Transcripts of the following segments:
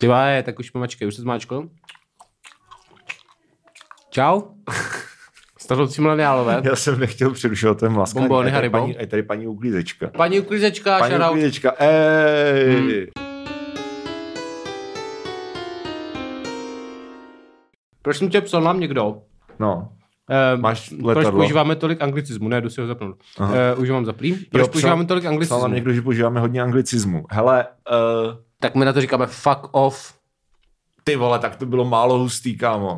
Ty vole, tak už pomačkej, už se zmáčkl. Čau. Stařovci mileniálové. Já jsem nechtěl přerušovat ten mlaskání. Bombóny Haribo. Je tady paní uklízečka. Paní uklízečka, Paní shoutout. uklízečka, Proč jsem tě psal nám někdo? No. Máš Proč letadlo? používáme tolik anglicismu? Ne, jdu si ho zapnout. Už ho mám zaplý. Proč používáme tolik Psal nám anglicismu? někdo, že používáme hodně anglicismu. Hele, Tak my na to říkáme fuck off. ty vole, tak to bylo málo hustý, kámo.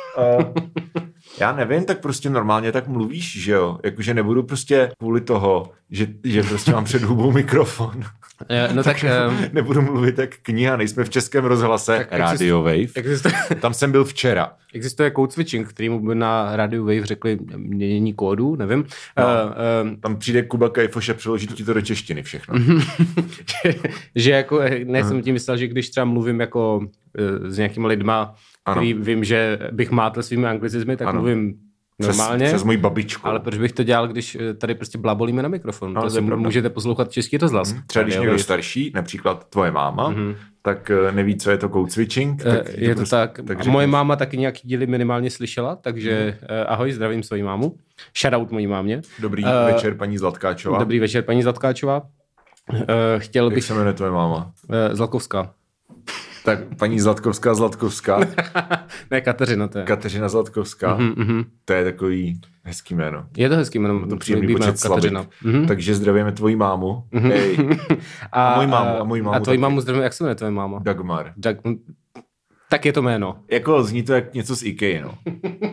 Já nevím, tak prostě normálně tak mluvíš, že jo? Jakože nebudu prostě kvůli toho, že prostě mám před hubou mikrofon. No tak Nebudu mluvit jak kniha, nejsme v Českém rozhlase Radio Wave. Tam jsem byl včera. Existuje code switching, kterýmu by na Radio Wave řekli měnění kódu, nevím. Tam přijde Kuba Kajfoš a přeložit ti to do češtiny všechno. že jako, ne, jsem tím myslel, že když třeba mluvím jako s nějakými lidma, který vím, že bych mátl svými anglicizmy, tak mluvím normálně. Přes moji babičku. Ale proč bych to dělal, když tady prostě blabolíme na mikrofon? Prostě můžete poslouchat český rozhlas. Třeba když někdo starší, například tvoje máma, tak neví, co je to code switching. Tak je to tak. A moje máma taky nějaký díly minimálně slyšela, takže ahoj, zdravím svoji mámu. Shoutout mojí mámě. Dobrý večer, paní Zlatkáčová. Dobrý večer, paní Zlatkáčová. Chtěl bych... Jak se jmenuje tvoje máma? Zlatkovská. Tak paní Zlatkovská. Ne, Kateřina to je. Kateřina Zlatkovská. To je takový hezký jméno. Je to hezký jméno. To příjemný počet slabik. Takže zdravíme tvoji mámu. Hej. A moji mámu. A tvoji mámu zdravíme, jak se jmenuje tvoje máma? Dagmar. Tak je to jméno. Jako zní to jak něco z IKEA, no.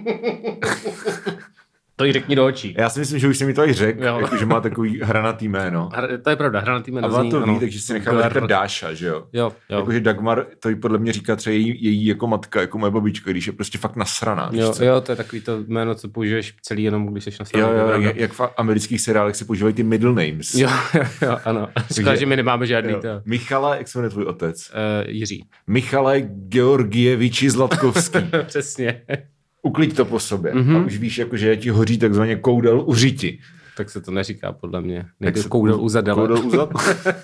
To jí řekni do očí. Já si myslím, že už jsem mi to i řekl, jako, že má takový hranatý jméno. To je pravda, hranatý jméno. A to ví, takže si necháme říkat Dáša, že jo? Jo. Jakože Dagmar, to jí podle mě říká třeba její jako matka, jako moje babička, když je prostě fakt nasraná. Jo, to je takový to jméno, co použiješ celý jenom, když jsi nasraná. Jo, jak v amerických seriálech se používají ty middle names. Jo, ano. Říkala, že my nemáme žádný to. Michale, jak se jmenuje tvůj otec? Jiří. Michale Georgieviči Zlatkovský. Přesně. Ukliď to po sobě. A už víš, jako, že ti hoří takzvaně koudel u řiti. Tak se to neříká, podle mě. Nejde koudel u zadele. Koudel u zadele?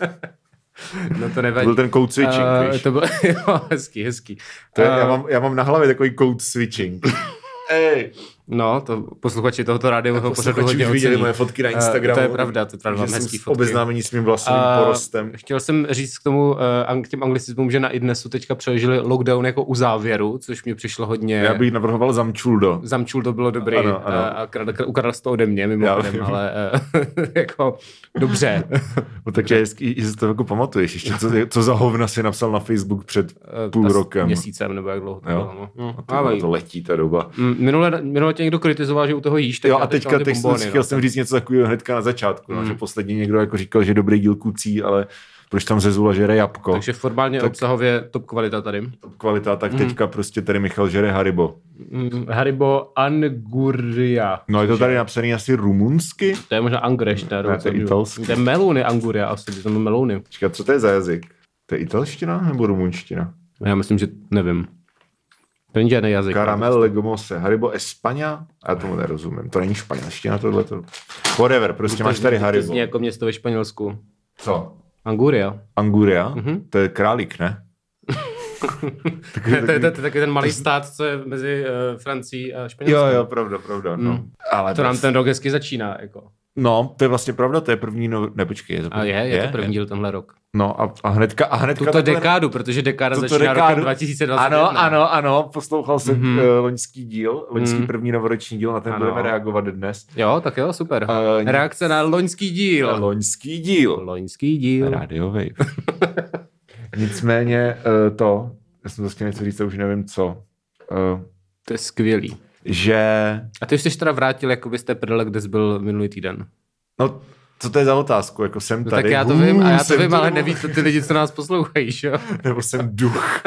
No to nevadí. To byl ten code switching, víš? To byl, jo, hezký. To je, já mám na hlavě takový code switching. Ej. No, to posluchači tohoto rádiového pořadu hodně viděli moje fotky na Instagramu. To je pravda, to mám hezký fotky. Obeznámení s mým vlastním porostem. Chtěl jsem říct k těm anglicismům, že na iDnesu teďka přeložili lockdown jako u závěru, což mi přišlo hodně... Já bych navrhoval Zamčuldo. Zamčuldo bylo dobrý. Ano. A ukradl jsi to ode mě, mimochodem, ale jako dobře. No, tak je hezký, že si to jako pamatuješ. Ještě co za hovna si napsal na Facebook před půl rokem. Měsícem, nebo jak dlouho to bylo. No. To letí ta doba. Minule tě někdo kritizoval, že u toho jíš. Jo, a teď chtěl jsem říct něco takového hnedka na začátku, že posledně někdo jako říkal, že dobrý díl kucí, ale proč tam Zezula žere jabko. Takže formálně obsahově top kvalita tady. Top kvalita, tak teďka prostě tady Michal žere Haribo. Haribo Anguria. No je to tady napsaný asi rumunsky? To je možná Angreš. To je italský. To je melouny Anguria asi, to jsou melouny. Čekat, co to je za jazyk? To je italština nebo rumunština? Já myslím, že nevím. To není žádný jazyk. Caramel legomose, Haribo España? Já tomu nerozumím. To není španělština tohleto. Whatever, prostě máš tady Haribo. To zní jako město ve Španělsku. Co? Anguria. Anguria? To je králík, ne? To je taky ten malý stát, co je mezi Francií a Španělskem. Jo, pravda. No. Ale to nám ten rok hezky začíná, jako. No, to je vlastně pravda, to je první počkej. Je to první díl tenhle rok. No a hnedka tuto dekádu, protože dekáda začíná rokem 2021. Ano, poslouchal jsem loňský díl, první novoroční díl, na ten budeme reagovat dnes. Jo, tak jo, super. Reakce na loňský díl. Loňský díl. Radio Wave. Nicméně já jsem zase něco říct, už nevím co. To je skvělý. Že... A ty už jsi teda vrátil jako byste prdele, kde jsi byl minulý týden. No, co to je za otázku? Jako jsem tady. Tak já to vím, a já to vím, ale neví to ty lidi, co nás poslouchají, jo? Nebo jsem duch.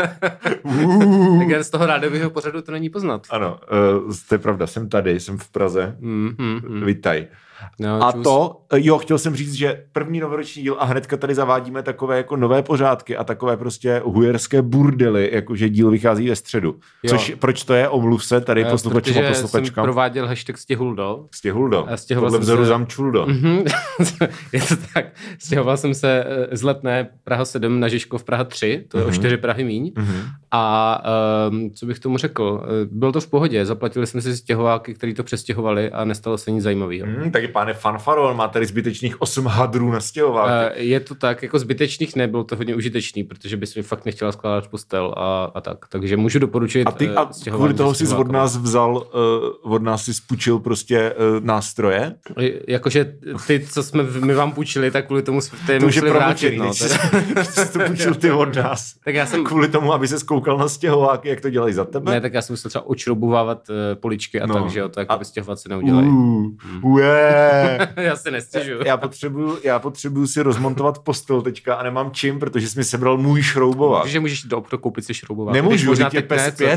Tak jen z toho rádiového pořadu to není poznat. Ano, to je pravda, jsem tady, jsem v Praze. Vítaj. No, a to, chtěl jsem říct, že první novoroční díl a hnedka tady zavádíme takové jako nové pořádky a takové prostě hujerské burdely, jakože díl vychází ve středu. Proč to je? Omluv se tady posluchačům a posluchačkám. Protože jsem prováděl hashtag Stěhuldo. Podle vzoru Zamčuldo. Je to tak. Stěhoval jsem se z Letné Praha 7 na Žižkov Praha 3, to je o 4 Prahy míň. A co bych tomu řekl? Bylo to v pohodě, zaplatili jsme si stěhováky, kteří to přestěhovali a nestalo se nic zajímavého. Taky pane Fanfaro, má tady zbytečných 8 hadrů na stěhováky. Je to tak, jako zbytečných nebylo to hodně užitečný, protože bys mi fakt nechtěla skládat postel a tak. Takže můžu doporučit a kvůli toho jsi od nás vzal, od nás si spůjčil prostě nástroje? Jakože ty, co jsme my vám půjčili, tak kvůli tomu jste museli vrátit. No, jsi to půjčil ty od nás. Tak já jsem... Kvůli tomu, aby se koukal na stěhováky, jak to dělají za tebe? Ne, tak já jsem musel třeba odšroubovávat poličky a tak, že jo, tak aby stěhovat se neudělají. Já se nestěžuju. Já potřebuju si rozmontovat postel teďka a nemám čím, protože jsi mi sebral můj šroubovák. Takže můžeš do obchodu koupit si šroubovák. Nemůžu, teď je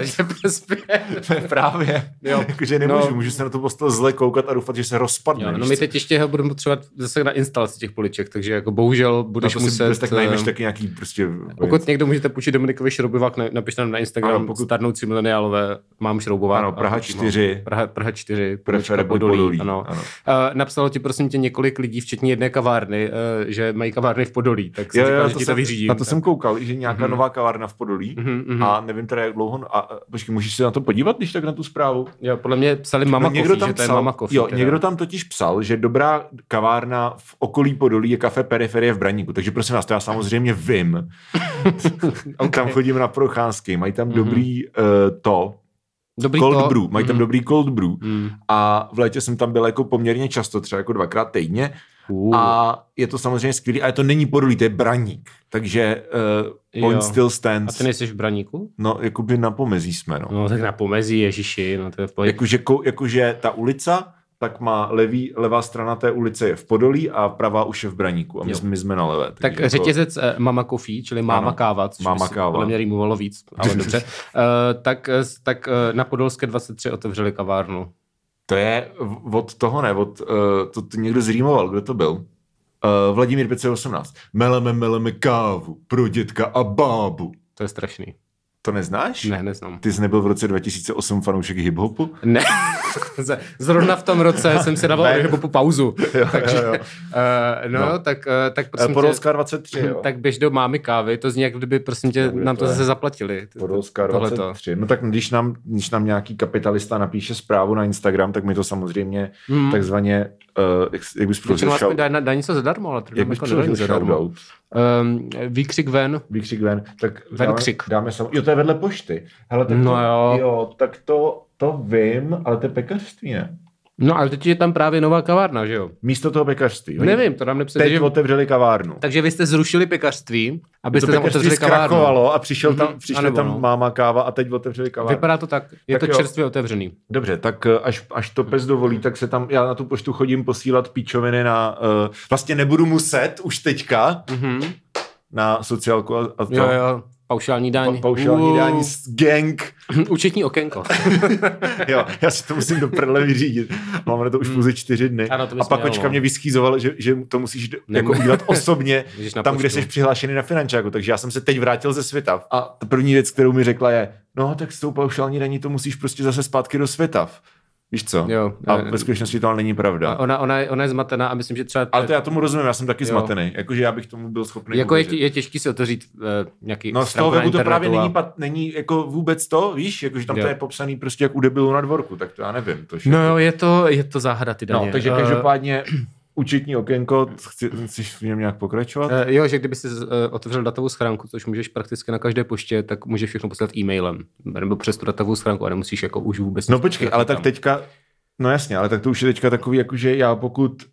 PS5. Právě. Jakože nemůžu, můžu se na tu postel zle koukat a doufat, že se rozpadne. No my teď ještě budeme potřebovat zase na instalaci těch poliček, takže jako bohužel budeš muset... Tak najmeš taky nějaký prostě... Pokud někdo můžete půjčit Dominikovi šroubovák, napište nám na Instagram, pokud starnoucí mileniálové, mám šroubovák. Ano, Praha 4. Praha 4. Podolí. Ano. Napsalo ti prosím tě několik lidí, včetně jedné kavárny, že mají kavárny v Podolí, tak jsem říkal, že ti to vyřídím. Na to jsem koukal, že nějaká nová kavárna v Podolí a nevím teda jak dlouho, počkej, můžeš se na to podívat, když tak na tu zprávu? Jo, podle mě psali Mama Coffee, že to je Mama Coffee. Jo, někdo tam totiž psal, že dobrá kavárna v okolí Podolí je kafe Periferie v Braníku, takže prosím vás, to já samozřejmě vím. Tam chodím na procházky, mají tam dobrý cold brew, mají tam dobrý cold brew a v létě jsem tam byl jako poměrně často, třeba jako 2krát týdně a je to samozřejmě skvělý, ale to není Podolí, to je Braník, takže point still stands. A ty nejseš v Braníku? No, jakoby na pomezí jsme, no. No, tak na pomezí, ježiši, no to je v pohodě. Jakože ta ulica, tak má levá strana té ulice je v Podolí a pravá už je v Braníku a my jsme na levé. Tak jako... řetězec Mama Coffee, čili Máma káva, což podle mě rýmovalo víc, ale dobře, tak na Podolské 23 otevřeli kavárnu. To je od toho, ne, to někdo zrýmoval, kdo to byl? Vladimír 518. Meleme kávu pro dětka a bábu. To je strašný. To neznáš? Ne, neznám. Ty jsi nebyl v roce 2008 fanoušek hiphopu? Ne. Zrovna v tom roce jsem si dával hiphopu pauzu. Takže, tak prosím Podolská 23, jo. Tak běž do Mámy kávy, to zní, jak kdyby prosím tě nám to zase zaplatili. Podolská 23. No tak když nám nějaký kapitalista napíše zprávu na Instagram, tak mi to samozřejmě takzvaně jak bys prosil dá něco zadarmo, ale jak bys prosil zadarmo. Výkřik ven. Tak Venkřik. dáme jo, to je vedle pošty. Hele, tak tak to vím, ale to je pekařství, ne? No, ale teď je tam právě nová kavárna, že jo? Místo toho pekařství. Nevím, to nám nepsali. Teď otevřeli kavárnu. Takže vy jste zrušili pekařství, abyste tam otevřeli kavárnu. A přišel tam Máma káva a teď otevřeli kavárnu. Vypadá to tak. Je tak to čerstvě otevřený. Dobře, tak až to pes dovolí, tak se tam, já na tu poštu chodím posílat píčoviny na, vlastně nebudu muset už teďka na sociálku a to. Jo. Paušální daň. Paušální daň, gang. Účetní okénko. Jo, já si to musím do prdele vyřídit. Mám na to už pouze 4 dny. Ano, a pak kočka mě vyschýzoval, že to musíš jako udělat osobně tam, kde jsi přihlášený na finančáku. Takže já jsem se teď vrátil ze Svitav. A ta první věc, kterou mi řekla je, no tak s tou paušální daní to musíš prostě zase zpátky do Svitav. Víš co? Jo, a ve skutečnosti to ale není pravda. Ona je zmatená a myslím, že třeba... Ale to já tomu rozumím, já jsem taky zmatený. Jakože já bych tomu byl schopný... Jako je těžký si otevřít nějaký... No z toho webu to právě není jako vůbec to, víš? Jakože tam to je popsaný prostě jak u debilu na dvorku, tak to já nevím. No je to záhada ty daně. No, takže každopádně... Účetní okénko, chceš v něm nějak pokračovat? Jo, že kdyby jsi otevřel datovou schránku, což můžeš prakticky na každé poště, tak můžeš všechno poslat e-mailem. Nebo přes tu datovou schránku a nemusíš jako už vůbec... No počkej, ale tak teďka... No jasně, ale tak to už je teďka takový, jakože já pokud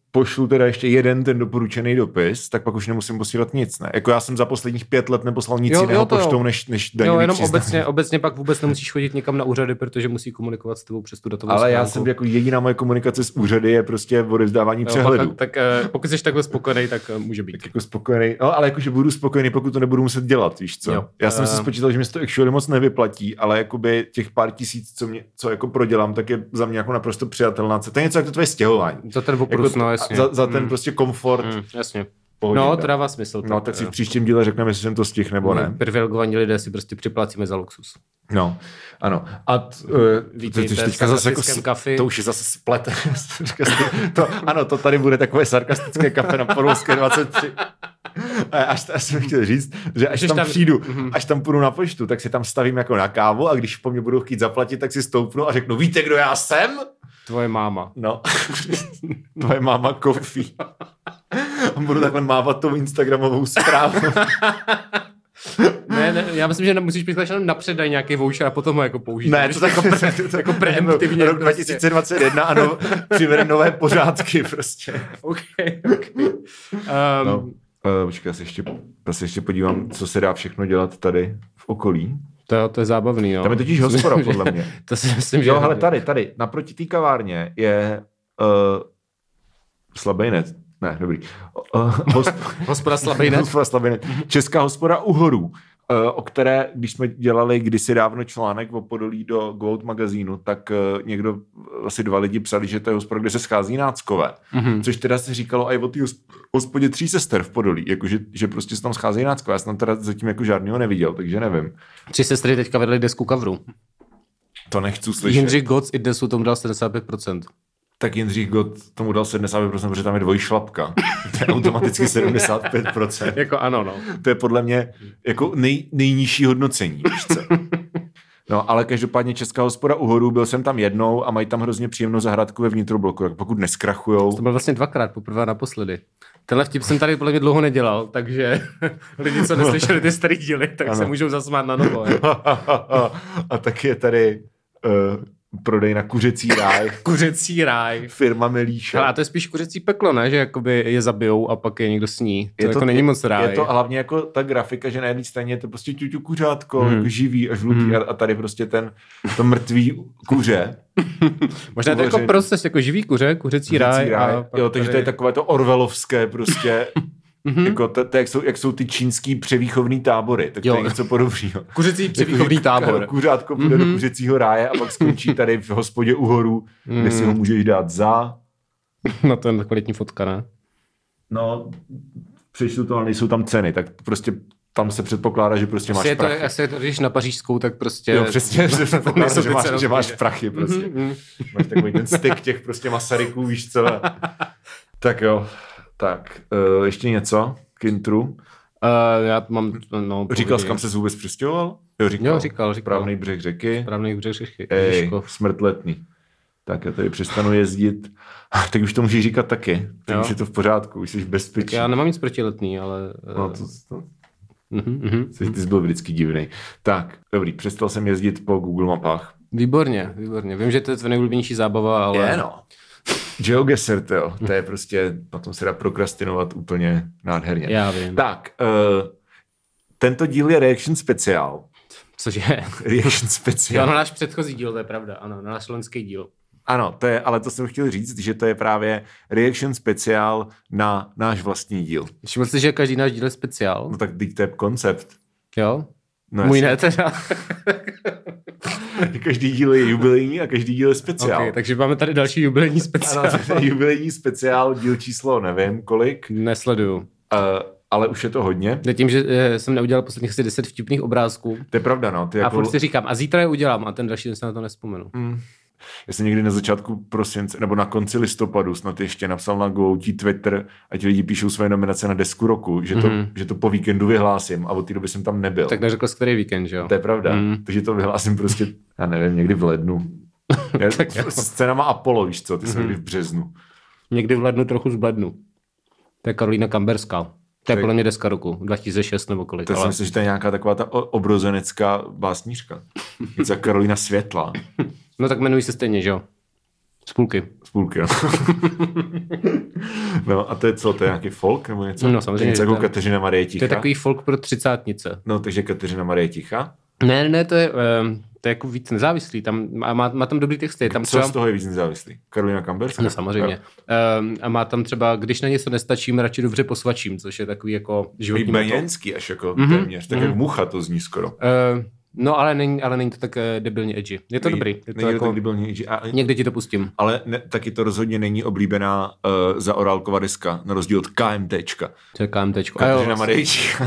pošlu teda ještě jeden ten doporučený dopis, tak pak už nemusím posílat nic, ne? Jako já jsem za posledních 5 let neposlal nic jiného poštou, než daňový jo, jenom přiznání. obecně pak vůbec nemusíš chodit někam na úřady, protože musí komunikovat s tebou přes tu datovou Ale schránku. já jsem jako jediná moje komunikace s úřady je prostě odevzdávání přehledu. Tak pokud jsi takhle spokojený, tak může být. Tak jako spokojený, no ale jakože budu spokojený, pokud to nebudu muset dělat, víš co? Jo. Já jsem si spočítal, že mi to actually moc nevyplatí, ale jakoby těch pár tisíc, co jako prodělám, tak je za mě jako naprosto přijatelná. To je něco jako to tvoje stěhování. Za ten oprus, jako, no jasně. Za ten prostě komfort. Jasně. Pohodě, No, to dává smysl. No, tak si v příštím díle řekneme, jestli jsem to stihl nebo ne. Privilegovaní lidé si prostě připlácíme za luxus. No, ano. A vítejte v teďka zase jako kafi. To už je zase splet. Ano, to tady bude takové sarkastické kafe na Podolské 23. Až jsem chtěl říct, že až tam přijdu, až tam půjdu na poštu, tak si tam stavím jako na kávu a když po mně budou chtít zaplatit, tak si stoupnu a řeknu, víte, kdo já jsem? Tvoje máma. No. Tvoje máma Coffee. A budu takhle mávat tou instagramovou zprávu. Ne, já myslím, že musíš přikládat jenom napřed dají nějaký voucher a potom ho jako použít. Ne, to jako preemptivně. Rok 2021 ano, přivede nové pořádky prostě. Okay. Počkej, já se ještě podívám, co se dá všechno dělat tady v okolí. To je zábavný, jo. Tam je totiž hospoda, podle mě. To si myslím, že... Jo, hele, tady, naproti té kavárně je slabý net. Ne, dobrý. Hospoda slabý net. Hospoda slabý net. Česká hospoda u Horů, o které, když jsme dělali kdysi dávno článek o Podolí do Goat magazínu, tak někdo, asi 2 lidi psali, že to je hospoda, kde se schází náckové. Což teda se říkalo i o té hospodě 3 sester v Podolí, jakože že prostě se tam scházejí náckové. Já jsem tam teda zatím jako žádnýho neviděl, takže nevím. 3 sestry teďka vedly desku coveru. To nechci slyšet. Jindřich Goc i desu tomu dal 75%. Tak Jindřich Gott tomu dal 75%, protože tam je dvojšlapka. To je automaticky 75%. Jako ano, no. To je podle mě jako nejnižší hodnocení, víš co? No, ale každopádně Česká hospoda u Horů, byl jsem tam jednou a mají tam hrozně příjemnou zahrádku ve vnitrobloku, jak pokud neskrachujou. To byl vlastně 2krát, poprvé a naposledy. Tenhle vtip jsem tady podle mě dlouho nedělal, takže lidi, co neslyšeli ty starý díly, tak se můžou zasmát na novo. A tak je tady prodej na kuřecí ráj. Kuřecí ráj. Firma Melíša. A to je spíš kuřecí peklo, ne? Že jakoby je zabijou a pak je někdo sní. To jako není moc ráj. Je to hlavně jako ta grafika, že na jedné straně je to prostě ťuťu kuřátko, jako živý a žlutý a tady prostě to mrtvý kuře. Možná to jako proces, jako živý kuře, kuřecí ráj. Jo, takže to je takové to orwellovské prostě. Jako jak jsou ty čínský převýchovný tábory, tak to je něco podobného. Kuřecí převýchovný tábor. Kuřátko půjde do kuřecího ráje a pak skončí tady v hospodě u Horů, kde si ho můžeš dát za... No to je kvalitní fotka, ne? No, přečtu to, ale nejsou tam ceny, tak prostě tam se předpokládá, že prostě máš prachy. Asi když na Pařížskou, tak prostě... Jo, přesně, že máš prachy prostě. Máš takový ten styk těch prostě Masaryků, víš co? Tak jo. Tak, ještě něco k intru? Já mám... Říkal jsi, kam ses vůbec přestěhoval? Jo, říkal. Správný břeh řeky. Správný břeh řeky. Smrt Letný. Tak já tady přestanu jezdit. Tak už to můžeš říkat taky. Tak už je to v pořádku, už jsi v bezpečí. Tak já nemám nic proti Letný, ale... No to... Ty jsi byl vždycky divnej. Tak, dobrý, přestal jsem jezdit po Google mapách. Výborně. Vím, že to je tvoje nejoblíbenější zábava, ale... Je, no. GeoGuessr, to je prostě, na tom se dá prokrastinovat úplně nádherně. Já vím. Tak, tento díl je reaction speciál. Cože? Reaction speciál. Jo, na náš předchozí díl, to je pravda, ano, na náš loňský díl. Ano, ale to jsem chtěl říct, že to je právě reaction speciál na náš vlastní díl. Všiml jsi, že každý náš díl je speciál? No tak teď to je koncept. Jo? No, můj ne teda. Každý díl je jubilejní a každý díl je speciál. Okay, takže máme tady další jubilejní speciál. Ano, jubilejní speciál, díl číslo nevím kolik. Nesleduju. Ale už je to hodně. Tím, že jsem neudělal posledních asi 10 vtipných obrázků. To je pravda, no. A furt si říkám, a zítra je udělám a ten další den se na to nevzpomenu. Já jsem někdy na začátku prosince, nebo na konci listopadu snad ještě napsal na Goutí Twitter, ať lidi píšou své nominace na desku roku, že to po víkendu vyhlásím a od té doby jsem tam nebyl. Tak neřekl jsi, který víkend, že jo? To je pravda. Takže to vyhlásím prostě, já nevím, někdy v lednu. S cenama Apollo, víš co, ty jsou někdy v březnu. Někdy v lednu trochu zblednu. To je Karolína Kamberská. To je podle mě deska roku, 2006 nebo kolik. To si myslím, že to je nějaká taková ta obrozenecká básnířka. Něco Karolína Světla. No tak jmenují se stejně, že jo? Spolky. Z půlky, no. No a to je co? To je nějaký folk nebo něco? No samozřejmě. Něco jako Kateřina Marie Ticha? To je takový folk pro třicátnice. No, takže Kateřina Marie Ticha? Ne, to je jako víc nezávislý. Tam, má tam dobrý texty. Tam co třeba... z toho je víc nezávislý? Karolina Kamberská? No samozřejmě. A má tam třeba, když na něco nestačím, radši dobře posvačím, což je takový jako životní motto. Beněnský až jako téměř. Tak jak mucha to zní skoro. No, ale není to tak debilně edgy. Je to dobrý. Je to není jako... tak debilně edgy. Někde ti to pustím. Ale taky to rozhodně není oblíbená zaorálková deska, na rozdíl od KMTčka. To je KMTčko. Kateřina Marie Ticha.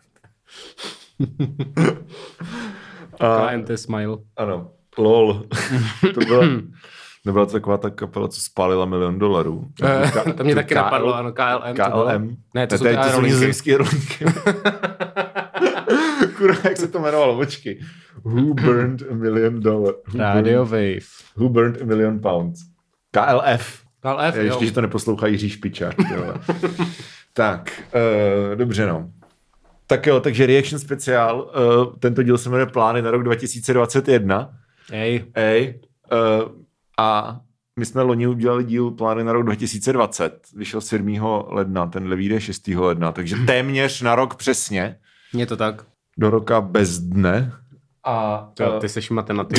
KMT Smile. Ano. LOL. Nebyla to taková ta kapela, co spálila $1 milion. To mě taky napadlo, ano, KLM. KLM. Ne, to jsou nizozemský rolníky. Kurva, jak se to jmenovalo, počkej. Who burned $1 million? Radio Wave. Who burned £1 million? KLF. KLF, ještě, že to neposlouchá Jiří Špičák. Tak, dobře no. Tak jo, takže Reaction speciál. Tento díl se jmenuje Plány na rok 2021. A my jsme loni udělali díl Plány na rok 2020. Vyšel 7. ledna, tenhle vyjde 6. ledna, takže téměř na rok přesně. Je to tak. Do roka bez dne. A ty seš matematik.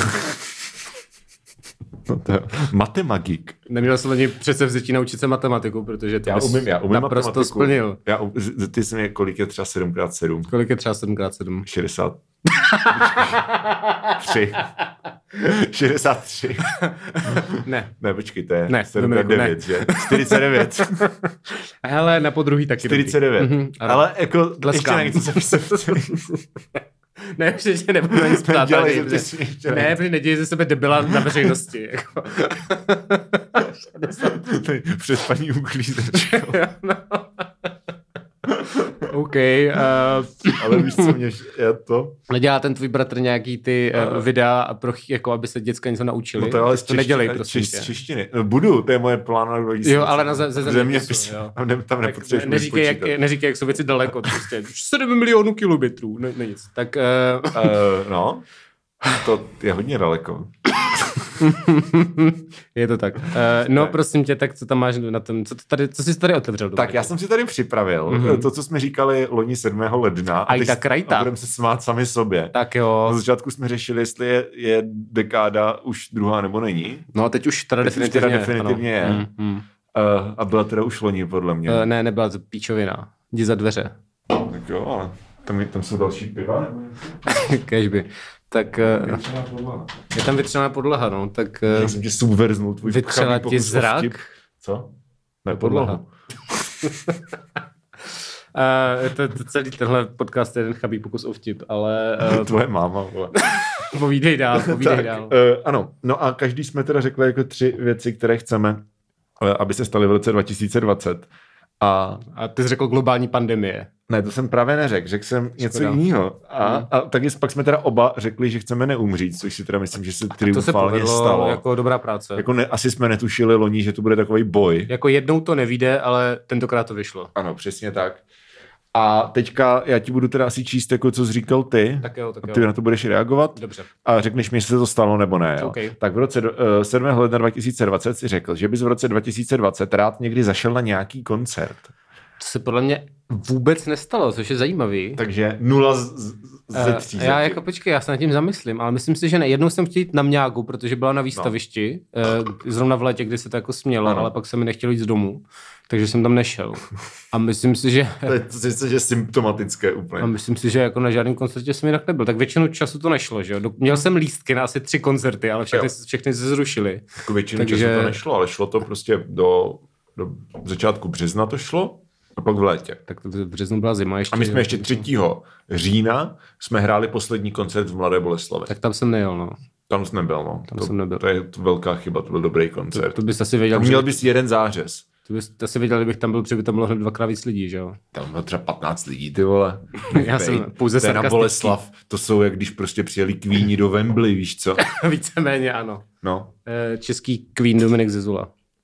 No to je matemagik. Neměl jsem ani přece vzetí naučit se matematiku, protože ty já umím naprosto matematiku. splnil. Ty jsi mě, kolik je třeba 7x7? Kolik je třeba 7x7? 60. 3. 63. Ne, počkej, to je ne, 7x9, že? 49. Hele, na podruhý taky. 49. Ale jako Tleskám. ještě na něco Ne, ještě nebudu na nic ptát. Ne, protože neději ze sebe debila na veřejnosti. Jako. Před paní uklízečkou. OK. Ale víš, co mě je to? Nedělá ten tvůj bratr nějaký ty videa, jako aby se děcka něco naučili? No to ale to nedělej, prosím z češtiny. Budu, to je moje plán na 2020. Jo, ale ze zeměpisu. Tam nepotřebuješ neříkej, jak jsou věci daleko. Prostě 7 milionů kilometrů. Ne nic. Tak... No, to je hodně daleko. Je to tak. No, prosím tě, tak co tam máš na tom? Co jsi tady otevřel? Tak já jsem si tady připravil to, co jsme říkali loni 7. ledna. A budeme se smát sami sobě. Tak jo. Na začátku jsme řešili, jestli je dekáda už druhá nebo není. No a teď už teda definitivně je. A byla teda už loni, podle mě. Ne, nebyla to píčovina. Jdi za dveře. Tak jo, ale tam jsou další piva, nebo Kežby. Tak je tam vytřená podlaha, no, tak... Já jsem tě subverznul, tvůj vytřela ti zrak? Co? Ne, podlahu. To celý tenhle podcast je jeden chabý pokus o vtip, ale... Tvoje máma, vole. Povídej dál. Ano, no a každý jsme teda řekli jako 3 věci, které chceme, aby se staly v roce 2020. A ty jsi řekl globální pandemie. Ne, to jsem právě neřekl, řekl jsem něco jiného. A taky pak jsme teda oba řekli, že chceme neumřít, což si teda myslím, že se triumfálně stalo. Jako dobrá práce. Jako asi jsme netušili loni, že to bude takový boj. Jako jednou to nevyjde, ale tentokrát to vyšlo. Ano, přesně tak. A teďka já ti budu teda asi číst, jako co jsi říkal ty. Tak jo. Ty na to budeš reagovat. Dobře. A řekneš mi, jestli se to stalo nebo ne. Jo? Okay. Tak v roce 7. ledna 2020 si řekl, že bys v roce 2020 rád někdy zašel na nějaký koncert. To se podle mě vůbec nestalo, což je zajímavý. Takže 0 ze 3. Já jako počkej, já se nad tím zamyslím, ale myslím si, že ne. Jednou jsem chtěl jít na Mňágu, protože byla na výstavišti, zrovna v létě, kdy se to jako smělo, ale pak se mi nechtělo jít z domu, takže jsem tam nešel. A myslím si, že... To je symptomatické úplně. A myslím si, že jako na žádném koncertě jsem jinak nebyl. Tak většinu času to nešlo, že jo. Měl jsem lístky na asi 3 koncerty, ale všechny se zrušily. Jako většinu času to nešlo, ale šlo to prostě do začátku března to šlo. A pak v létě. Tak to v březnu byla zima ještě. A my jsme ještě 3. října jsme hráli poslední koncert v Mladé Boleslavi. Tak tam jsem nejel, no. Tam jsi nebyl, no. Jsem nebyl. To je velká chyba, to byl dobrý koncert. To bys asi věděl. Měl bys jeden zářez. To bys asi věděl, kdybych tam byl, protože by tam bylo hned 2x víc lidí, že jo? Tam bylo třeba 15 lidí, ty vole. Já jsem pouze sarkastický. Na Boleslav, to jsou, jak když prostě přijeli Queeni do Wembley, víš co? Víceméně ano. No. Český Queen Dominik Zezula.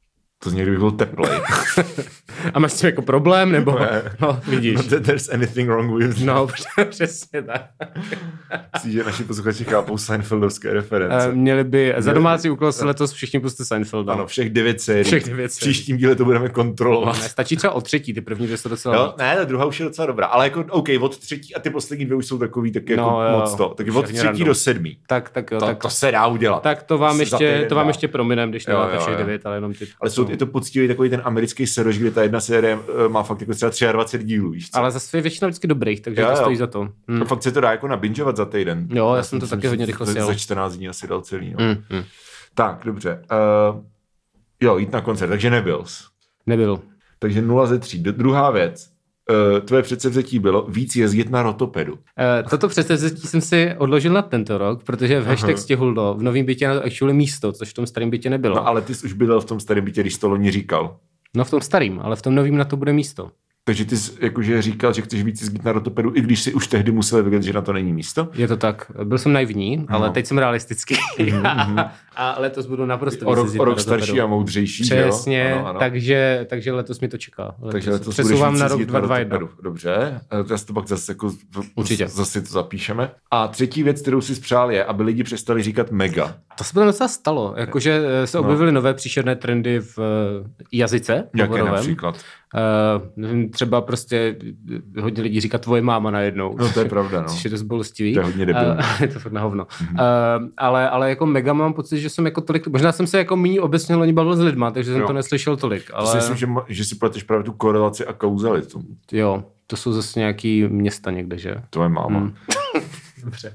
To z někdy bych byl teplej. A máš s tím jako problém, nebo? Ne. No, vidíš. There's anything wrong with... No, přesně tak. Myslím, že naši posluchači chápou Seinfeldovské reference. Měli by, za domácí úkol se letos všichni pustit Seinfelda. Ano, všech 9 sérií. Všech 9 v příštím díle to budeme kontrolovat. Ne, stačí třeba o třetí, ty první dvě jsou docela... Jo, ne, ta druhá už je docela dobrá, ale jako OK, od třetí a ty poslední dvě už jsou takový taky jako No, jo, moc to. Tak od třetí random. do 7. Tak jo, To se dá udělat. Tak to vám Za týden dá. ještě prominem, když nemáte všech 9, ale jenom ty. Ale je to poctivý takový ten americký serož, kde ta jedna série má fakt jako třeba 23 dílů, víš co? Ale zase je většina vždycky dobrých, takže to stojí za to. A fakt se to dá jako nabinžovat za týden. Jo, já jsem to taky hodně rychle sjel. Za 14 dní asi dal celý. No. Tak, dobře. Jo, jít na koncert, takže nebyl jsi. Nebyl. Takže 0 ze 3. Druhá věc. Tvoje předsevzetí bylo víc jezdit na rotopedu. Toto předsevzetí jsem si odložil na tento rok, protože v hashtag Stihuldo v novém bytě na actually místo, což v tom starém bytě nebylo. No ale ty jsi už bydlel v tom starém bytě, když to loni říkal. No v tom starém, ale v tom novém na to bude místo. Takže ty jsi jakože říkal, že chceš víc jezdit na rotopedu, i když si už tehdy musel vědět, že na to není místo? Je to tak. Byl jsem naivní, ale teď jsem realistický. A letos budu naprosto víc o rok starší a moudřejší. Přesně, ano. takže letos mi to čeká. Takže letos přesouvám na rok 2021. Dobře, já si to pak zase, jako, Určitě. Zase to zapíšeme. A třetí věc, kterou si spřál, je, aby lidi přestali říkat mega. To se potom docela stalo, jakože se objevily nové příšerné trendy v jazyce. Jaké například? Třeba prostě hodně lidí říká tvoje máma najednou. No to je pravda, no. Což je dost bolestivý. To je hodně debilní. Je to fakt na hovno. Ale jako mega mám pocit, že jsem jako tolik, možná jsem se jako méně obecně loni bavil s lidma, takže jsem to neslyšel tolik. Ale... To si myslím, že si pleteš právě tu korelaci a kauzalitu. Jo, to jsou zase nějaký města někde, že? Tvoje máma. Dobře.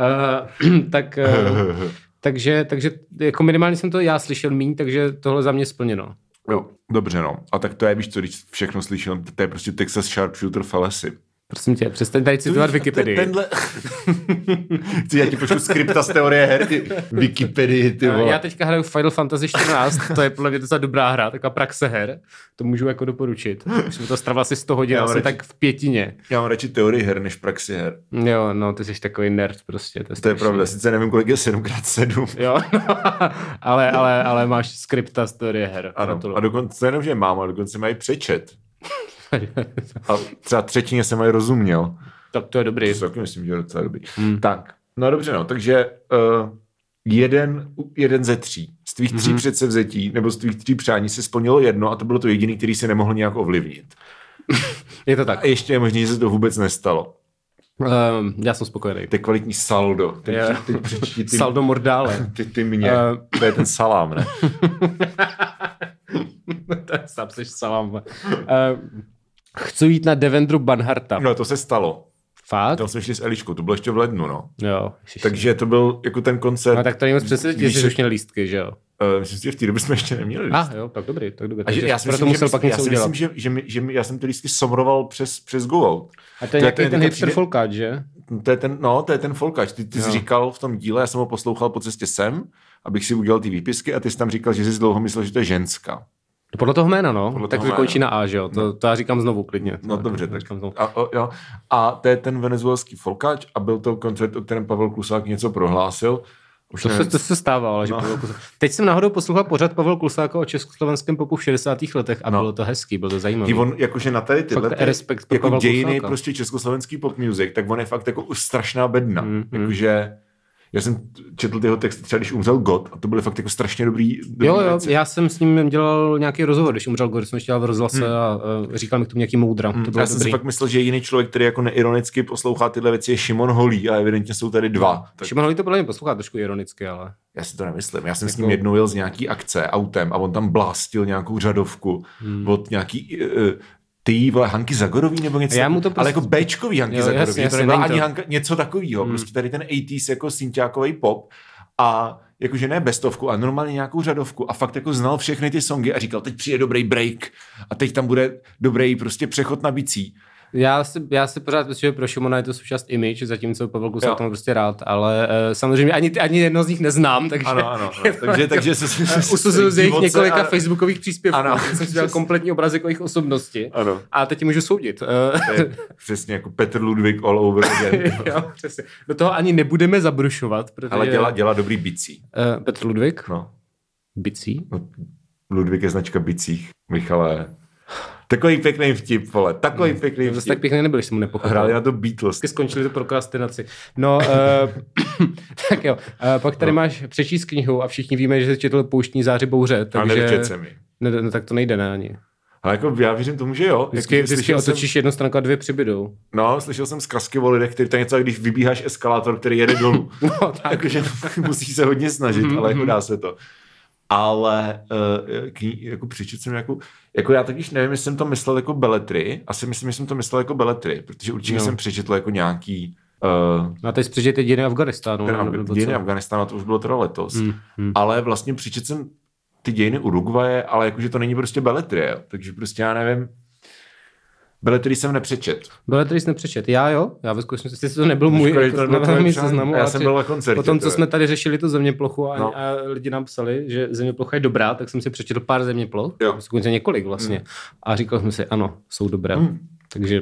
Takže jako minimálně jsem to já slyšel míň, takže tohle za mě splněno. Jo, dobře no. A tak to je, víš co, když všechno slyšel, to je prostě Texas Sharpshooter Fallacy. Prosím tě, přestaň tady citovat Wikipedii. Tenhle... Chci, já ti pošlu skripta z teorie her, ty Wikipedii, ty vole. Já teďka hraju Final Fantasy 14, to je podle mě docela dobrá hra, taková praxe her, to můžu jako doporučit. Už jsem to stravil asi 100 hodin, jsem tak v pětině. Já mám radši teorii her, než praxi her. Jo, no, ty jsi takový nerd prostě. To je pravda, sice nevím, kolik je 7x7. Jo, no, ale máš skripta z teorie her. Ano, a dokonce jenom, že mám, ale dokonce mají přečet. A třeba třetině se mají rozuměl. Tak to je dobrý. To taky myslím, že je docela dobrý. Tak, no dobře, no, takže jeden ze 3. Z tvých 3 předsevzetí, nebo z tvých 3 přání se splnilo jedno a to bylo to jediný, který se nemohl nějak ovlivnit. Je to tak. A ještě je možné, že se to vůbec nestalo. Já jsem spokojený. To je kvalitní saldo. Teď přečti ty... Saldo mordále. Ty mě. To je ten salám, ne? To je sám seš salám. Chci jít na Devendru Banharta. No to se stalo. Fakt? Tam jsme šli s Eliškou, to bylo ještě v lednu, no. Jo. Takže to byl jako ten koncert. No tak to nejmoc představit, že jsi už měl lístky, že jo? Myslím si, že v té době jsme ještě neměli lístky. Jo, tak dobrý. Já jsem ty lístky somroval přes Go. A to je nějaký ten hipster folkáč, že? To je ten folkáč. Ty jsi říkal v tom díle, já jsem ho poslouchal po cestě sem, abych si udělal ty výpisky a ty jsi tam říkal, že jsi dlouho myslel, že to je ženská. Podle toho jména, no. Podle tak to končí na A, že jo? To já říkám znovu klidně. No dobře, tak. A to je ten venezuelský folkáč a byl to koncert, o kterém Pavel Klusák něco prohlásil. To se stávalo, že Pavel Klusák. Teď jsem náhodou poslouchal pořad Pavel Klusáka o československém popu v 60. letech a bylo to hezký, bylo to zajímavé. On jakože na tady tyhle jako dějiny prostě československý pop music, tak on je fakt jako strašná bedna. Jakože já jsem četl tyho texty třeba, když umřel God a to byly fakt jako strašně dobrý věci. Já jsem s ním dělal nějaký rozhovor, když umřel God, jsem dělal v rozhlase a říkal mi k tomu nějaký moudra. To bylo já jsem si fakt myslel, že jiný člověk, který jako neironicky poslouchá tyhle věci, je Šimon Holý a evidentně jsou tady dva. Tak... Šimon Holý to podle mě poslouchá trošku ironicky, ale... Já si to nemyslím. Já jsem s ním jednou jel z nějaký akce autem a on tam blástil nějakou řadovku od nějaký... ty vole Hanky Zagorový nebo něco, ale jako Bčkový Hanky Zagorový, to nebyla ani Hanka, něco takového, prostě tady ten 80s jako synťákový pop a jakože ne bestovku, a normálně nějakou řadovku a fakt jako znal všechny ty songy a říkal, teď přijde dobrý break a teď tam bude dobrý prostě přechod na bicí. Já si pořád myslím, že pro Šimona je to součást image, zatímco Pavel Klusák tomu prostě rád, ale samozřejmě ani jedno z nich neznám, takže... Ano. takže usuzuju z jejich několika facebookových příspěvků. Ano. Jsem si dělal kompletní obrazek o jejich osobnosti. Ano. A teď můžu soudit. To je přesně jako Petr Ludvík all over again. Jo, přesně. Do toho ani nebudeme zabrušovat, protože... Ale dělá dobrý bicí. Petr Ludvík? No. Bicí? No. Ludvík je značka bicích. Michale. Takový pěkný vtip, vole. Takový pěkný vtip. Zase tak pěkný nebyl, když jsem mu nepochopil. Hráli na to Beatles. Skončili tu prokrastinaci. No, tak jo. Pak tady máš přečíst knihu a všichni víme, že se četl Pouštní záři bouře. Takže... A nevyčet se mi. No, tak to nejde, ne ani. Ale jako já věřím tomu, že jo. Vždycky otočíš jednu stránku a dvě přibydou. No, slyšel jsem zkazky o lidech, který to je něco, když vybíháš eskalátor, který jede dolů. No, tak. Jakože musíš se hodně snažit, ale jako dá se to. Ale jako přečet jsem jako já takyž nevím, jestli jsem to myslel jako beletry. Asi myslím, že jsem to myslel jako beletry, protože určitě jsem přečetl jako nějaký... No a teď přečet dějiny Afganistánu. Dějiny Afganistánu, to už bylo teda letos. Ale vlastně přečet jsem ty dějiny Uruguaye, ale jakože to není prostě beletry, jo. Takže prostě já nevím. Beletry jsem nepřečet. Beletry jsem nepřečet. Já jo? Já ve skutečnosti to nebyl můj seznamu. Já jsem byl na koncertě. Potom, co jsme tady řešili tu zeměplochu a lidi nám psali, že zeměplocha je dobrá, tak jsem si přečetl pár zeměploch. Skutečně několik vlastně. A říkal jsem si, ano, jsou dobré. Takže...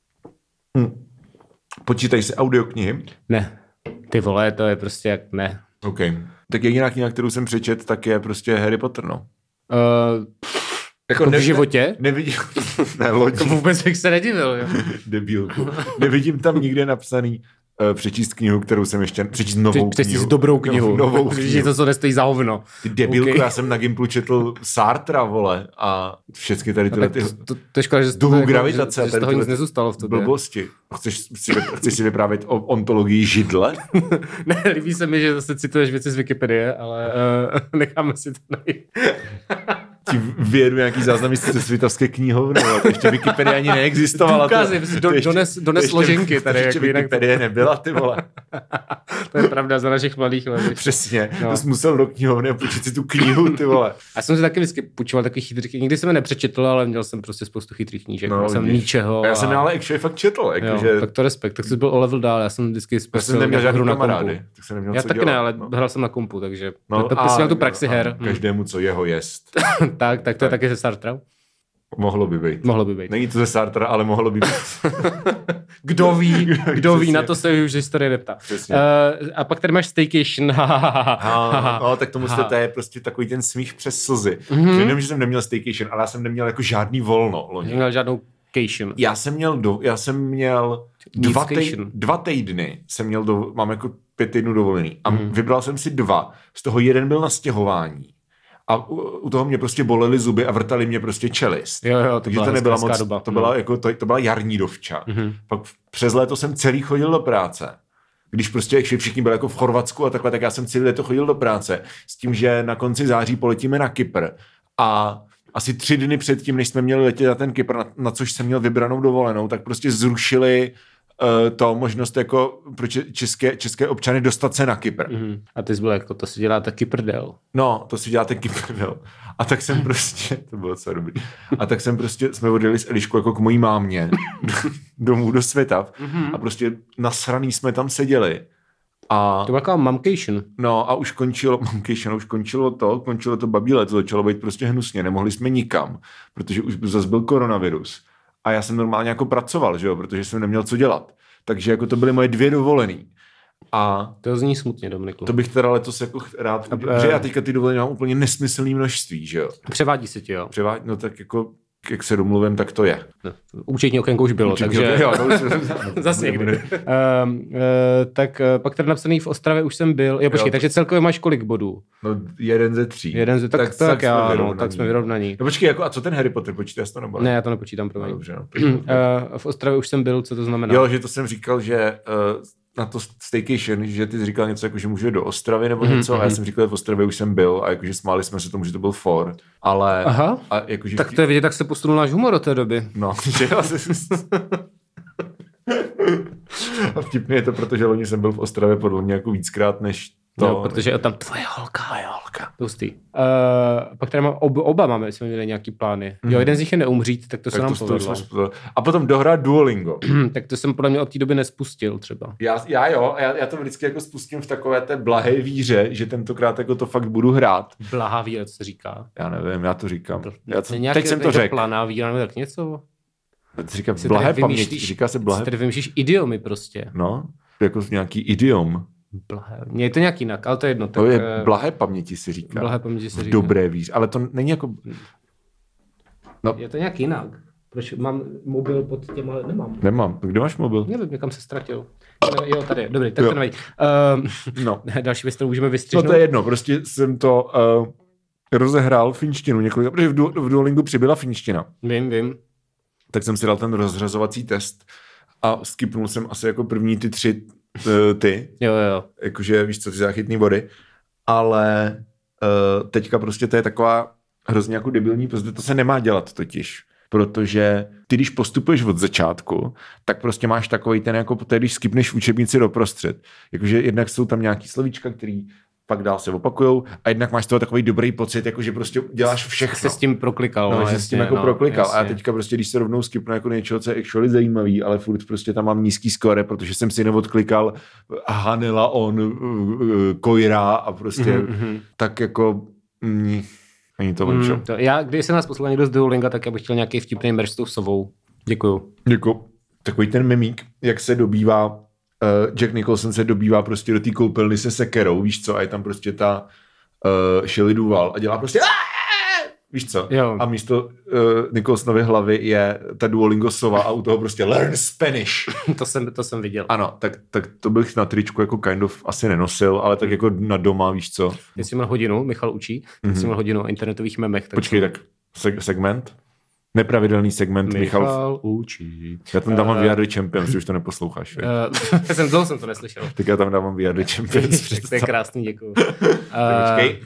Počítají si audioknihy? Ne. Ty vole, to je prostě jak ne. OK. Tak jediná kniha, kterou jsem přečet, tak je prostě Harry Potter, no. Jako v životě? Nevidím. Ne, lodi. To vůbec bych se nedivil, jo. Debilku. Nevidím tam nikde napsaný přečíst knihu, kterou jsem ještě... Přečíst novou knihu. Přečíst dobrou knihu. Novou knihu. To, co nestojí za hovno. Ty debilku, okay. Já jsem na Gimplu četl Sartra, vole, a všechny tady tyhle ty... To je škoda, že duhu gravitace. Že z toho nic nezůstalo v tobě. Blbosti. Chceš si vyprávět o ontologii židle? Ne, líbí se mi, že zase cituješ věci z Wikipedie, ale necháme si to najít. Ti vědu nějaký záznamy ze světovské knihovny, to ještě Wikipedia ani neexistovala. Důkazy, dones složenky tady. Ještě Wikipedie nebyla, ty vole. To je pravda za našich mladých let. Přesně, to jsi musel do knihovny a půjčit si tu knihu, ty vole. Já jsem si taky vždycky půjčoval takový chytrý knihy. Nikdy jsem je nepřečetl, ale měl jsem prostě spoustu chytrých knížek. No, jsem ničeho. Já jsem ale actually fakt četl. Že... Tak to respekt, tak jsi byl o level dál, já jsem vždycky jsem neměl žádný kamarády. Já taky ne, ale hrál jsem na kompu, takže měl tu praxi her. Každému, co jeho jest. Tak to je taky ze Sartra? Mohlo by být. Není to ze Sartra, ale mohlo by být. Kdo ví, na to se už historie neptá. A pak tady máš staycation. No, tak to je prostě takový ten smích přes slzy. Jenom, že jsem neměl staycation, ale já jsem neměl jako žádný volno. Neměl žádnou cation. Já jsem měl 2 týdny, mám jako 5 týdnů dovolený. A vybral jsem si 2. Z toho jeden byl na stěhování. A u toho mě prostě bolely zuby a vrtali mě prostě čelist. Jo, takže to nebyla moc doba. To byla jako to byla jarní dovča. Pak přes léto jsem celý chodil do práce. Když prostě všichni byli jako v Chorvatsku a takhle, tak já jsem celý léto chodil do práce s tím, že na konci září poletíme na Kypr. A asi 3 dny předtím, než jsme měli letět na ten Kypr, na což jsem měl vybranou dovolenou, tak prostě zrušili to možnost jako pro české občany dostat se na Kypr. A ty jsi byl jako, to si dělá taky prdel. No, to si dělá taky prdel. A tak jsem prostě, to bylo co dobrý. A tak jsem prostě, jsme odjeli s Eliškou jako k mojí mámě domů do Svitav a prostě nasraný jsme tam seděli. A to byla taková momcation. No a už končilo to babí léto, začalo být prostě hnusně, nemohli jsme nikam, protože už zase byl koronavirus. A já jsem normálně jako pracoval, že jo, protože jsem neměl co dělat. Takže jako to byly moje 2 dovolený. A to zní smutně, Dominiku. To bych teda letos jako rád, že já teďka ty dovolený mám úplně nesmyslný množství, že jo. Převádí se ti, jo. No tak jako, jak se domluvím, tak to je. No, účetní okénko už bylo, takže... Jo, zase někdy. Tak pak tady napsaný v Ostravě už jsem byl. Počkej, takže celkově máš kolik bodů? No 1 ze 3. Tak jsme vyrovnaní. No počkej, jako, a co ten Harry Potter, počítáš to nebo? Ne, já to nepočítám pro mě. Dobře, no. V Ostravě už jsem byl, co to znamená? Jo, že to jsem říkal, že na to staycation, že ty jsi říkal něco jako, že můžu jít do Ostravy nebo něco, a já jsem říkal, že v Ostravě už jsem byl a jakože smáli jsme se tomu, že to byl for, ale... Aha, a jakože tak to je vidět, tak se posunul náš humor od té doby. No, že jo. A vtipně je to, protože loni jsem byl v Ostravě podle mě jako víckrát než to. No, protože je tam tvoje holka. Pustý. Pak tady oba jsme měli nějaký plány. Jo, jeden z nich je neumřít, tak to se nám povedlo. A potom dohrát Duolingo. Tak to jsem podle mě od té doby nespustil třeba. Já to vždycky jako spustím v takové té blahé víře, že tentokrát jako to fakt budu hrát. Blahá víra, co se říká? Já nevím, já to říkám. Teď jsem to řekl. Planá víra, nebo tak něco? Říká blahé paměti, říká se blahé. Tady vymýšlíš idiomy prostě. No, jako nějaký idiom. Je to nějak jinak, ale to je jedno. To je blahé paměti, si říká. Blahé paměti se říká. Dobré víš, ale to není jako... No. Je to nějak jinak. Proč mám mobil pod těma, ale nemám. Nemám. Kde máš mobil? Nevím, někam se ztratil. Jo, tady je. Dobrý, tak to nevadí. No. Další věc, kterou můžeme vystřihnout. No to je jedno, prostě jsem to rozehrál finštinu několika, protože v Duolingu přibyla finština. Vím. Tak jsem si dal ten rozřazovací test a skipnul jsem asi jako první ty 3 Jo. Jakože víš co, ty záchytný body, ale teďka prostě to je taková hrozně jako debilní, protože to se nemá dělat totiž. Protože ty, když postupuješ od začátku, tak prostě máš takovej ten, jako poté, když skipneš učebnici doprostřed. Jakože jednak jsou tam nějaký slovíčka, který pak dál se opakujou a jednak máš z toho takový dobrý pocit, jakože prostě děláš všechno. Se s tím proklikal. No, že s tím jako proklikal. Jasně. A teďka prostě, když se rovnou skipnu jako něčeho, co je actually zajímavý, ale furt prostě tam mám nízký skóre, protože jsem si neodklikal Hanela Koira a prostě tak jako... Ani to lepší. Já, když se nás poslal někdo z Duolinga, tak já bych chtěl nějaký vtipný merch s tou sovou. Děkuju. Takový ten mimík, jak se dobývá, Jack Nicholson se dobývá prostě do té koupelny se sekerou, víš co, a je tam prostě ta Shelley Duvall a dělá prostě víš co? Jo. A místo Nicholsonovy hlavy je ta Duolingo sova a u toho prostě learn Spanish. to jsem viděl. Ano, tak to bych na tričku jako kind of asi nenosil, ale tak jako na doma, víš co? Jestli měl hodinu, Michal učí, jestli měl hodinu o internetových memech. Tak počkej, tak segment? Nepravidelný segment Michal učí. Já tam dávám VR the Champions, už to neposloucháš. Dlouho jsem to neslyšel. Tak já tam dávám VR the Champions. To je krásný, děkuju. Počkej.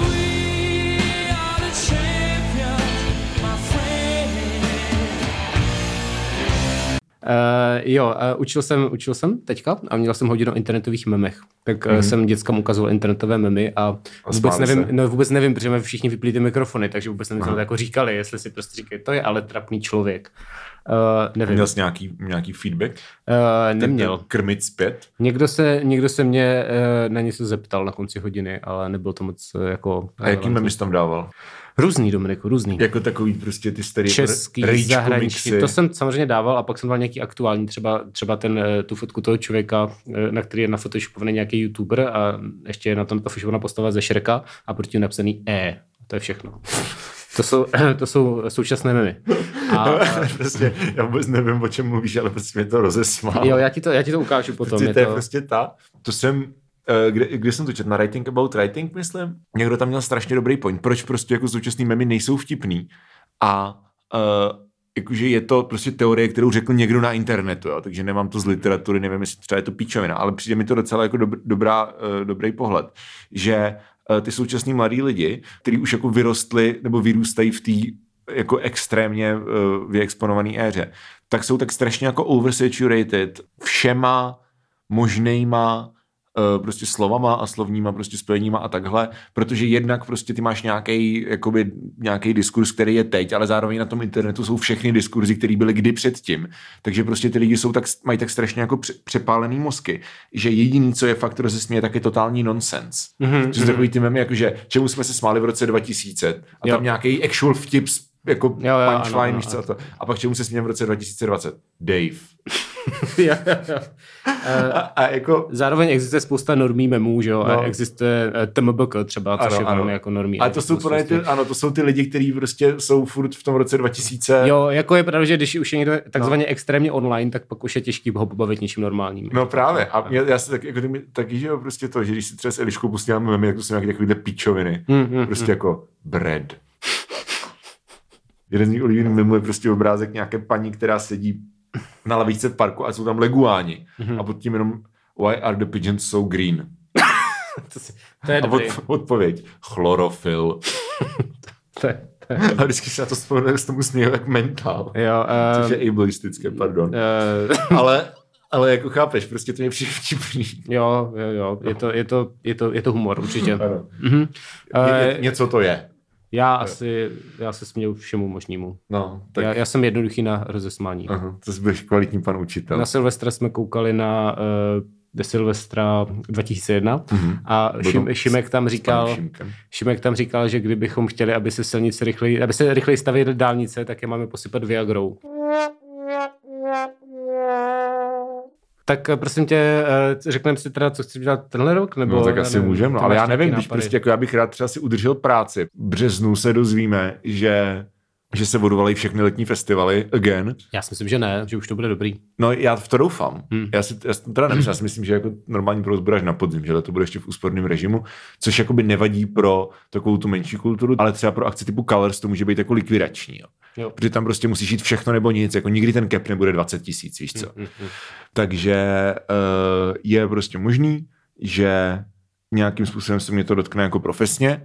Učil jsem teďka a měl jsem hodinu o internetových memech. Tak jsem dětskám ukazoval internetové memy a vůbec nevím, protože mi všichni vyplí ty mikrofony, takže vůbec nevím, co to jako říkali, jestli si prostě říkají, to je ale trapný člověk. Nevím. Měl jsi nějaký feedback? Neměl. Krmit zpět? Někdo se mě na něco zeptal na konci hodiny, ale nebylo to moc jako... A jaký memy jsi tam dával? Různý, Dominiku, různý. Jako takový prostě ty starý český, zahraniční. To jsem samozřejmě dával a pak jsem dal nějaký aktuální, třeba tu fotku toho člověka, na který je na photoshopovaný nějaký youtuber a ještě je na tom photoshopovaná postava ze Shreka a proti němu napsaný To je všechno. To jsou současné memy. Prostě, já vůbec nevím, o čem mluvíš, ale prostě mě to rozesmál. Jo, já ti to ukážu potom. To je prostě to jsem... Kde jsem to četl? Na Writing About Writing, myslím? Někdo tam měl strašně dobrý point. Proč prostě jako současný memy nejsou vtipný? A jakože je to prostě teorie, kterou řekl někdo na internetu, jo? Takže nemám to z literatury, nevím, jestli třeba je to píčovina, ale přijde mi to docela jako dobrý pohled, že ty současný mladí lidi, kteří už jako vyrostli nebo vyrůstají v té jako extrémně vyexponované éře, tak jsou tak strašně jako oversaturated všema možnejma prostě slovama a slovníma prostě spojeníma a takhle, protože jednak prostě ty máš nějaký diskurs, který je teď, ale zároveň na tom internetu jsou všechny diskurzy, které byly kdy předtím. Takže prostě ty lidi mají tak strašně jako přepálený mozky, že jediný, co je fakt rozesměje, tak je totální nonsens. Že jsou takový ty memy, jakože čemu jsme se smáli v roce 2000 a tam nějaký actual vtip jako punchline, víš co to. A pak čemu se smějeme v roce 2020? Dave. A jako... Zároveň existuje spousta normí memů, že jo? No. A existuje TMBK třeba, což je velmi jako normí. Ale to jsou to jsou ty lidi, kteří prostě jsou furt v tom roce 2000. Jo, jako je pravda, že když už je někdo takzvaně extrémně online, tak pak už je těžký ho pobavit něčím normálním. No právě. A já si taky, že jo, prostě to, že když si třeba s Eliškou pustím memy, tak to jsou nějaké takovýhle pičoviny. Prostě jako bread. Jeden z mých oblíbených memů je prostě obrázek nějaké paní, která sedí na lavičce v parku a jsou tam leguáni. A pod tím jenom why are the pigeons so green? To je dobrý. A odpověď chlorofil. A vždycky se na to vzpomínám, že tomu směju jak mentál. Jo, což je ableistické, pardon. Ale jako chápeš, prostě to je vtipný. Jo, je to humor, určitě. Něco to je. Já se směju všemu možnému. No, tak... já jsem jednoduchý na rozesmání. Aha, to jsi byl kvalitní pan učitel. Na Silvestra jsme koukali na Silvestra 2001 a Šimek tam říkal, že kdybychom chtěli, aby se rychleji stavěly dálnice, tak je máme posypat Viagrou. Tak prosím tě, řekneme si teda, co chceš dělat tenhle rok? Nebo, no tak asi můžeme, ale já nevím, když nápady. prostě jako já bych rád třeba si udržel práci. V březnu se dozvíme, že se odvolají všechny letní festivaly again. Já si myslím, že ne, že už to bude dobrý. No já v to doufám. Já si teda nemyslím, já si myslím, že jako normální provoz bude až na podzim, že to bude ještě v úsporném režimu, což jakoby nevadí pro takovou tu menší kulturu, ale třeba pro akci typu Colors to může být jako likvidační. Jo. Protože tam prostě musíš jít všechno nebo nic, jako nikdy ten cap nebude 20 000, víš co. Takže je prostě možný, že nějakým způsobem se mě to dotkne jako profesně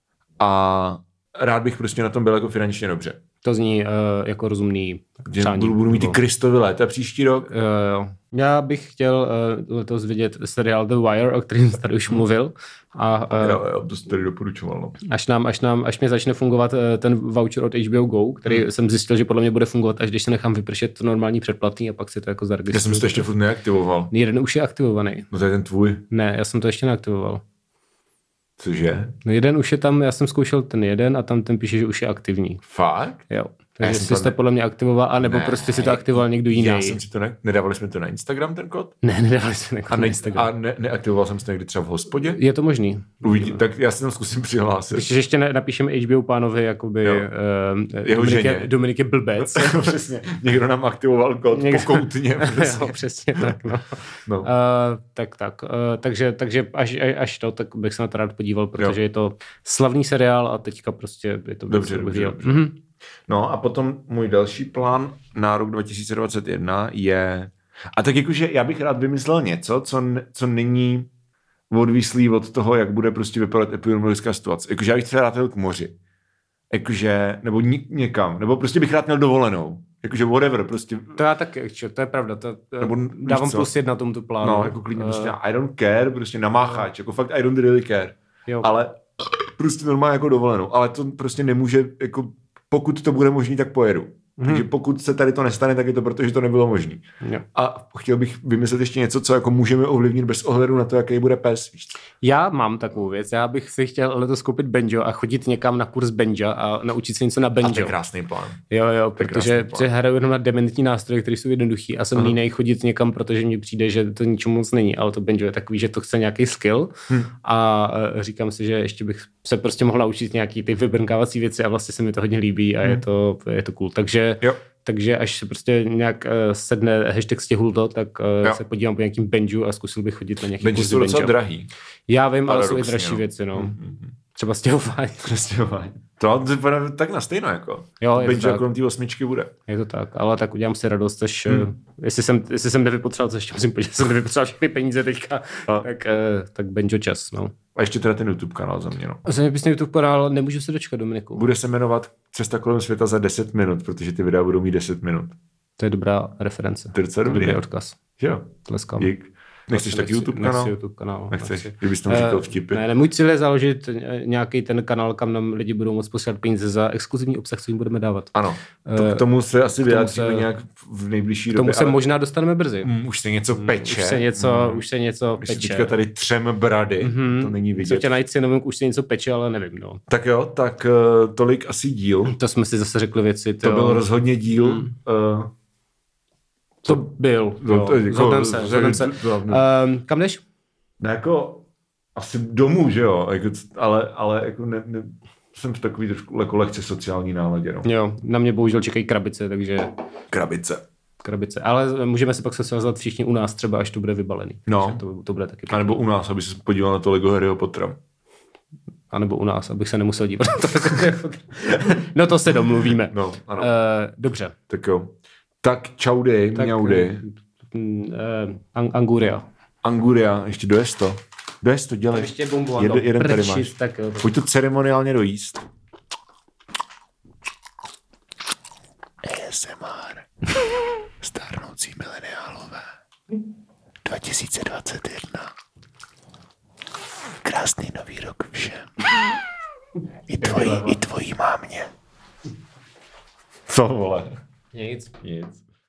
a rád bych prostě na tom byl jako finančně dobře. To zní jako rozumný přání. Budu mít ty Kristovy léta příští rok. Já bych chtěl letos vidět seriál The Wire, o kterém jsi tady už mluvil. A, jo, to jsi tady doporučoval. No. Až mě začne fungovat ten voucher od HBO Go, který jsem zjistil, že podle mě bude fungovat, až když se nechám vypršet to normální předplatný a pak si to jako zaregistruju. Já jsem to ještě furt neaktivoval. Jeden už je aktivovaný. No to je ten tvůj. Ne, já jsem to ještě neaktivoval. Cože? No jeden už je tam, já jsem zkoušel ten jeden a tam ten píše, že už je aktivní. Fakt? Jo. Takže jsi to podle mě aktivoval, anebo prostě si to aktivoval někdo jiný. Já jsem si to nedávali jsme to na Instagram, ten kód? Ne, nedávali jsme to na Instagram. A neaktivoval jsem to někdy třeba v hospodě? Je to možný. Tak já si tam zkusím přihlásit. Když ještě napíšeme HBO pánovi, jakoby Dominik je blbec. Přesně. Někdo nám aktivoval kód pokoutně. Jo, přesně tak. No. Takže až to, tak bych se na to rád podíval, protože je to slavný seriál a teďka prostě je to dobře. No a potom můj další plán na rok 2021 je... A tak jakože já bych rád vymyslel něco, co není odvislý od toho, jak bude prostě vypadat epidemiologická situace. Jakože já bych třeba rád jel k moři. Jakože, nebo někam. Nebo prostě bych rád měl dovolenou. Jakože whatever, prostě. To já taky, to je pravda. Nebo, dávám +1 tomuto plánu. No, jako klidně prostě I don't care, prostě namácháč. Jako fakt I don't really care. Jo. Ale prostě normálně jako dovolenou. Ale to prostě nemůže, jako pokud to bude možný, tak pojedu. Takže pokud se tady to nestane, tak je to proto, že to nebylo možné. A chtěl bych vymyslet ještě něco, co jako můžeme ovlivnit bez ohledu na to, jaký bude pes. Víš? Já mám takovou věc. Já bych si chtěl letos koupit banjo a chodit někam na kurz banja a naučit se něco na banjo. A to je krásný plán. Jo, protože hraju jenom na dementní nástroje, které jsou jednoduchý a jsem línej chodit někam, protože mně přijde, že to ničemu moc není, ale to banjo je takový, že to chce nějaký skill a říkám si, že ještě bych se prostě mohl naučit nějaký ty vybrnkávací věci a vlastně se mi to hodně líbí a je to cool. Takže až se prostě nějak sedne hashtag stěhulto, tak se podívám po nějakým banju a zkusil bych chodit na nějaký kurz banjo. Banjo jsou docela drahý. Já vím, ale jsou i dražší věci, no. Třeba stěhování. To vypadá tak na stejno, jako. Jo, banjo kolem té 8 bude. Je to tak, ale tak udělám si radost, až jestli jsem nevypotřeboval, co ještě musím podívat, že jsem nevypotřeboval všechny peníze teďka, tak banjo čas, no. A ještě teda ten YouTube kanál za mě, no. A zeměpisný YouTube kanál, nemůžu se dočkat, Dominiku. Bude se jmenovat Cesta kolem světa za 10 minut, protože ty videa budou mít 10 minut. To je dobrá reference. To je docela dobrý odkaz. Jo. Tleskám. Dík. Nechceš taky YouTube kanál? Nechci YouTube kanál. Nechceš, kdybys tam říkal vtipy. Ne, můj cíl je založit nějaký ten kanál, kam nám lidi budou moct posílat peníze za exkluzivní obsah, co jim budeme dávat. Ano, k tomu se asi vyjádříme nějak v nejbližší době. K tomu se možná dostaneme brzy. Už se něco peče. Už se něco peče. Už teďka tady třem brady, to není vidět. Co tě najít si nevím, už se něco peče, ale nevím. No. Tak jo, tak tolik asi díl. To jsme si zase řekli věci. To byl rozhodně díl. To byl. Zhodneme se. Kam jdeš? No jako asi domů, že jo, ale jako ne, jsem v takový trošku jako lehce sociální náladě. No. Jo, na mě bohužel čekají krabice, takže... Krabice, ale můžeme se pak socializovat všichni u nás třeba, až to bude vybalený. No. To bude taky. A nebo u nás, aby se podíval na to Lego Harryho Pottera. A nebo u nás, abych se nemusel dívat na to. No to se domluvíme. No, ano. Dobře. Tak jo. Tak čaudy, mňaudy. Anguria, ještě dojez to, dělej. Ještě bombu, jeden tady máš. Tak jo. Pojď to ceremoniálně dojíst. ASMR. Stárnoucí mileniálové. 2021. Krásný nový rok všem. I tvojí mámě. Co, vole? Nic.